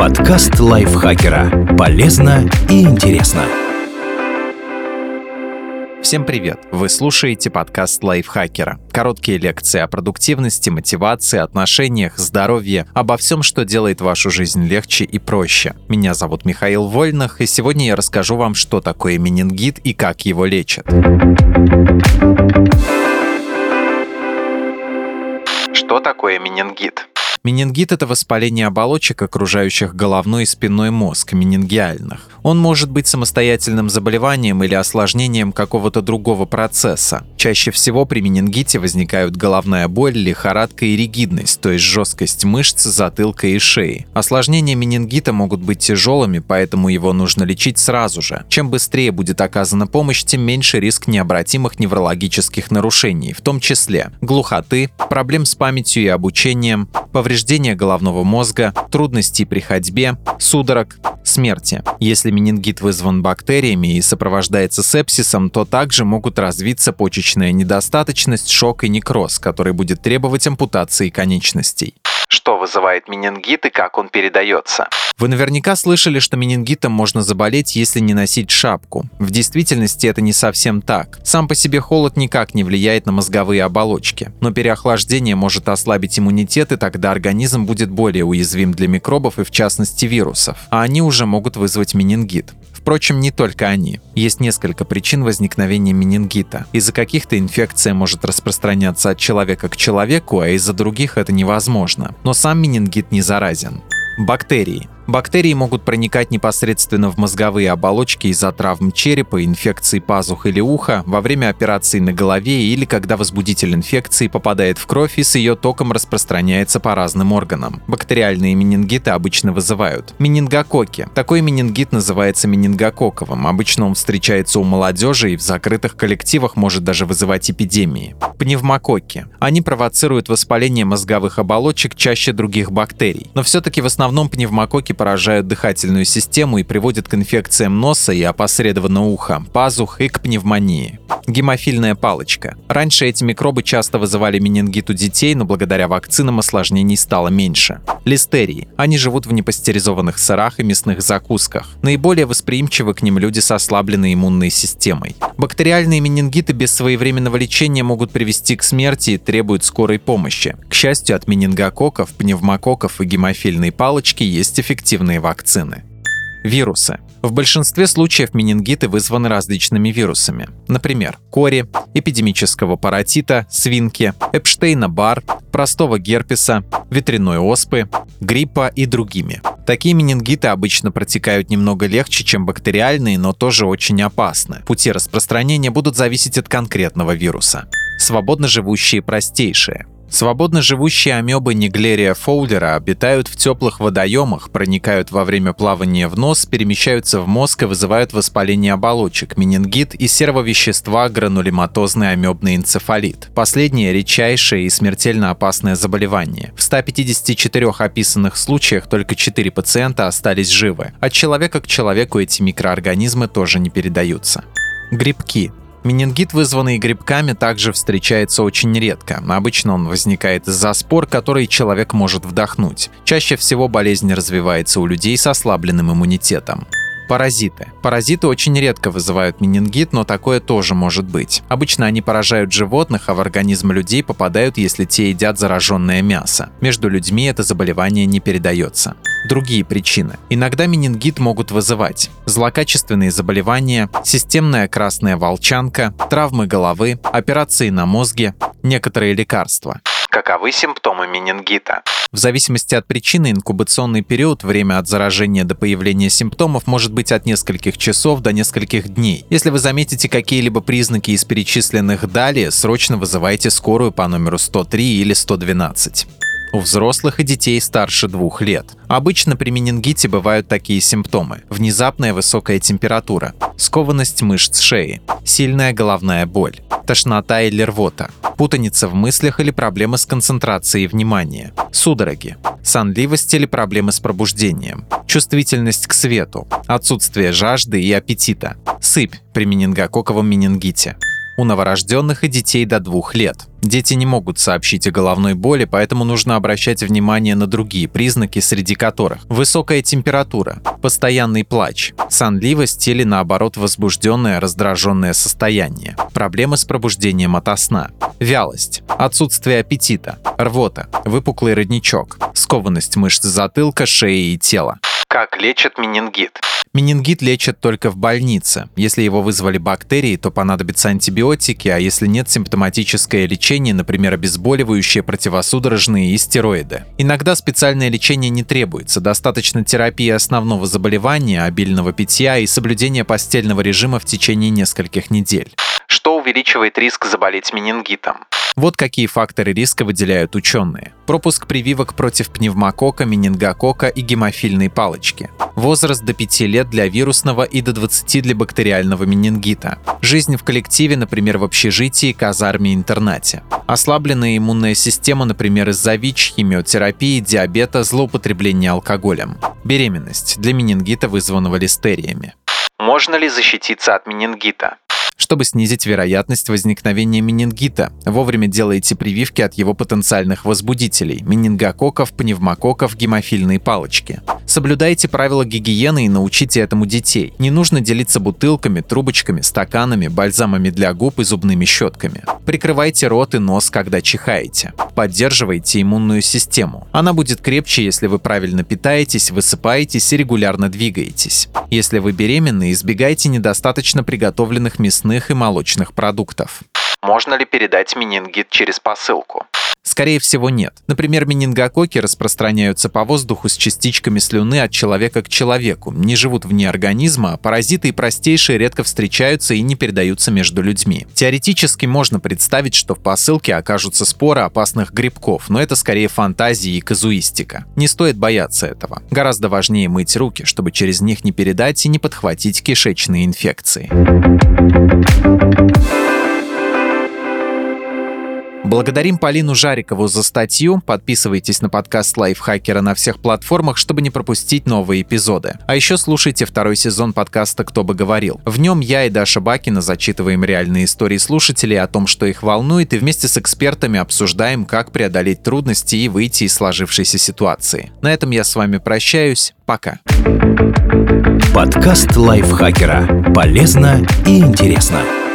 Подкаст лайфхакера. Полезно и интересно. Всем привет! Вы слушаете подкаст лайфхакера. Короткие лекции о продуктивности, мотивации, отношениях, здоровье, обо всем, что делает вашу жизнь легче и проще. Меня зовут Михаил Вольных, и сегодня я расскажу вам, что такое менингит и как его лечат. Что такое менингит? Менингит – это воспаление оболочек, окружающих головной и спинной мозг, менингиальных. Он может быть самостоятельным заболеванием или осложнением какого-то другого процесса. Чаще всего при менингите возникают головная боль, лихорадка и ригидность, то есть жесткость мышц, затылка и шеи. Осложнения менингита могут быть тяжелыми, поэтому его нужно лечить сразу же. Чем быстрее будет оказана помощь, тем меньше риск необратимых неврологических нарушений, в том числе глухоты, проблем с памятью и обучением, повреждения головного мозга, трудностей при ходьбе, судорог, смерти. Если менингит вызван бактериями и сопровождается сепсисом, то также могут развиться почечная недостаточность, шок и некроз, который будет требовать ампутации конечностей. Что вызывает менингит и как он передается? Вы наверняка слышали, что менингитом можно заболеть, если не носить шапку. В действительности это не совсем так. Сам по себе холод никак не влияет на мозговые оболочки. Но переохлаждение может ослабить иммунитет, и тогда организм будет более уязвим для микробов и в частности вирусов. А они уже могут вызвать менингит. Впрочем, не только они. Есть несколько причин возникновения менингита. Из-за каких-то инфекция может распространяться от человека к человеку, а из-за других это невозможно. Но сам менингит не заразен. Бактерии. Бактерии могут проникать непосредственно в мозговые оболочки из-за травм черепа, инфекций пазух или уха, во время операции на голове или когда возбудитель инфекции попадает в кровь и с ее током распространяется по разным органам. Бактериальные менингиты обычно вызывают менингококки. Такой менингит называется менингококковым. Обычно он встречается у молодежи и в закрытых коллективах может даже вызывать эпидемии. Пневмококки. Они провоцируют воспаление мозговых оболочек чаще других бактерий. Но все-таки в основном пневмококки поражают дыхательную систему и приводят к инфекциям носа и опосредованно уха, пазух и к пневмонии. Гемофильная палочка. Раньше эти микробы часто вызывали менингит у детей, но благодаря вакцинам осложнений стало меньше. Листерии. Они живут в непастеризованных сырах и мясных закусках. Наиболее восприимчивы к ним люди с ослабленной иммунной системой. Бактериальные менингиты без своевременного лечения могут привести к смерти и требуют скорой помощи. К счастью, от менингококков, пневмококков и гемофильной палочки есть эффективные вакцины. Вирусы. В большинстве случаев менингиты вызваны различными вирусами. Например, кори, эпидемического паротита, свинки, Эпштейна-Барр, простого герпеса, ветряной оспы, гриппа и другими. Такие менингиты обычно протекают немного легче, чем бактериальные, но тоже очень опасны. Пути распространения будут зависеть от конкретного вируса. Свободно живущие простейшие. Свободно живущие амебы Неглерия фоулера обитают в теплых водоемах, проникают во время плавания в нос, перемещаются в мозг и вызывают воспаление оболочек, менингит и серовещества гранулематозный амебный энцефалит. Последнее – редчайшее и смертельно опасное заболевание. В 154 описанных случаях только 4 пациента остались живы. От человека к человеку эти микроорганизмы тоже не передаются. Грибки. Менингит, вызванный грибками, также встречается очень редко. Обычно он возникает из-за спор, которые человек может вдохнуть. Чаще всего болезнь развивается у людей с ослабленным иммунитетом. Паразиты. Паразиты очень редко вызывают менингит, но такое тоже может быть. Обычно они поражают животных, а в организм людей попадают, если те едят зараженное мясо. Между людьми это заболевание не передается. Другие причины. Иногда менингит могут вызывать злокачественные заболевания, системная красная волчанка, травмы головы, операции на мозге, некоторые лекарства. Каковы симптомы менингита? В зависимости от причины инкубационный период, время от заражения до появления симптомов может быть от нескольких часов до нескольких дней. Если вы заметите какие-либо признаки из перечисленных далее, срочно вызывайте скорую по номеру 103 или 112. У взрослых и детей старше 2 лет. Обычно при менингите бывают такие симптомы: внезапная высокая температура, скованность мышц шеи, сильная головная боль, тошнота или рвота, путаница в мыслях или проблемы с концентрацией внимания, судороги, сонливость или проблемы с пробуждением, чувствительность к свету, отсутствие жажды и аппетита, сыпь при менингококковом менингите. У новорожденных и детей до 2 лет. Дети не могут сообщить о головной боли, поэтому нужно обращать внимание на другие признаки, среди которых высокая температура, постоянный плач, сонливость или, наоборот, возбужденное, раздраженное состояние, проблемы с пробуждением ото сна, вялость, отсутствие аппетита, рвота, выпуклый родничок, скованность мышц затылка, шеи и тела. Как лечат менингит? Менингит лечат только в больнице. Если его вызвали бактерии, то понадобятся антибиотики, а если нет, симптоматическое лечение, например, обезболивающие, противосудорожные и стероиды. Иногда специальное лечение не требуется, достаточно терапии основного заболевания, обильного питья и соблюдения постельного режима в течение нескольких недель. Что увеличивает риск заболеть менингитом? Вот какие факторы риска выделяют ученые. Пропуск прививок против пневмококка, менингококка и гемофильной палочки. Возраст до 5 лет для вирусного и до 20 для бактериального менингита. Жизнь в коллективе, например, в общежитии, казарме, интернате. Ослабленная иммунная система, например, из-за ВИЧ, химиотерапии, диабета, злоупотребления алкоголем. Беременность для менингита, вызванного листериями. Можно ли защититься от менингита? Чтобы снизить вероятность возникновения менингита, вовремя делайте прививки от его потенциальных возбудителей – менингококков, пневмококков, гемофильной палочки. Соблюдайте правила гигиены и научите этому детей. Не нужно делиться бутылками, трубочками, стаканами, бальзамами для губ и зубными щетками. Прикрывайте рот и нос, когда чихаете. Поддерживайте иммунную систему. Она будет крепче, если вы правильно питаетесь, высыпаетесь и регулярно двигаетесь. Если вы беременны, избегайте недостаточно приготовленных мясных и молочных продуктов. Можно ли передать менингит через посылку? Скорее всего, нет. Например, менингококки распространяются по воздуху с частичками слюны от человека к человеку, не живут вне организма, а паразиты и простейшие редко встречаются и не передаются между людьми. Теоретически можно представить, что в посылке окажутся споры опасных грибков, но это скорее фантазии и казуистика. Не стоит бояться этого. Гораздо важнее мыть руки, чтобы через них не передать и не подхватить кишечные инфекции. Благодарим Полину Жарикову за статью. Подписывайтесь на подкаст Лайфхакера на всех платформах, чтобы не пропустить новые эпизоды. А еще слушайте второй сезон подкаста «Кто бы говорил». В нем я и Даша Бакина зачитываем реальные истории слушателей о том, что их волнует, и вместе с экспертами обсуждаем, как преодолеть трудности и выйти из сложившейся ситуации. На этом я с вами прощаюсь. Пока. Подкаст Лайфхакера. Полезно и интересно.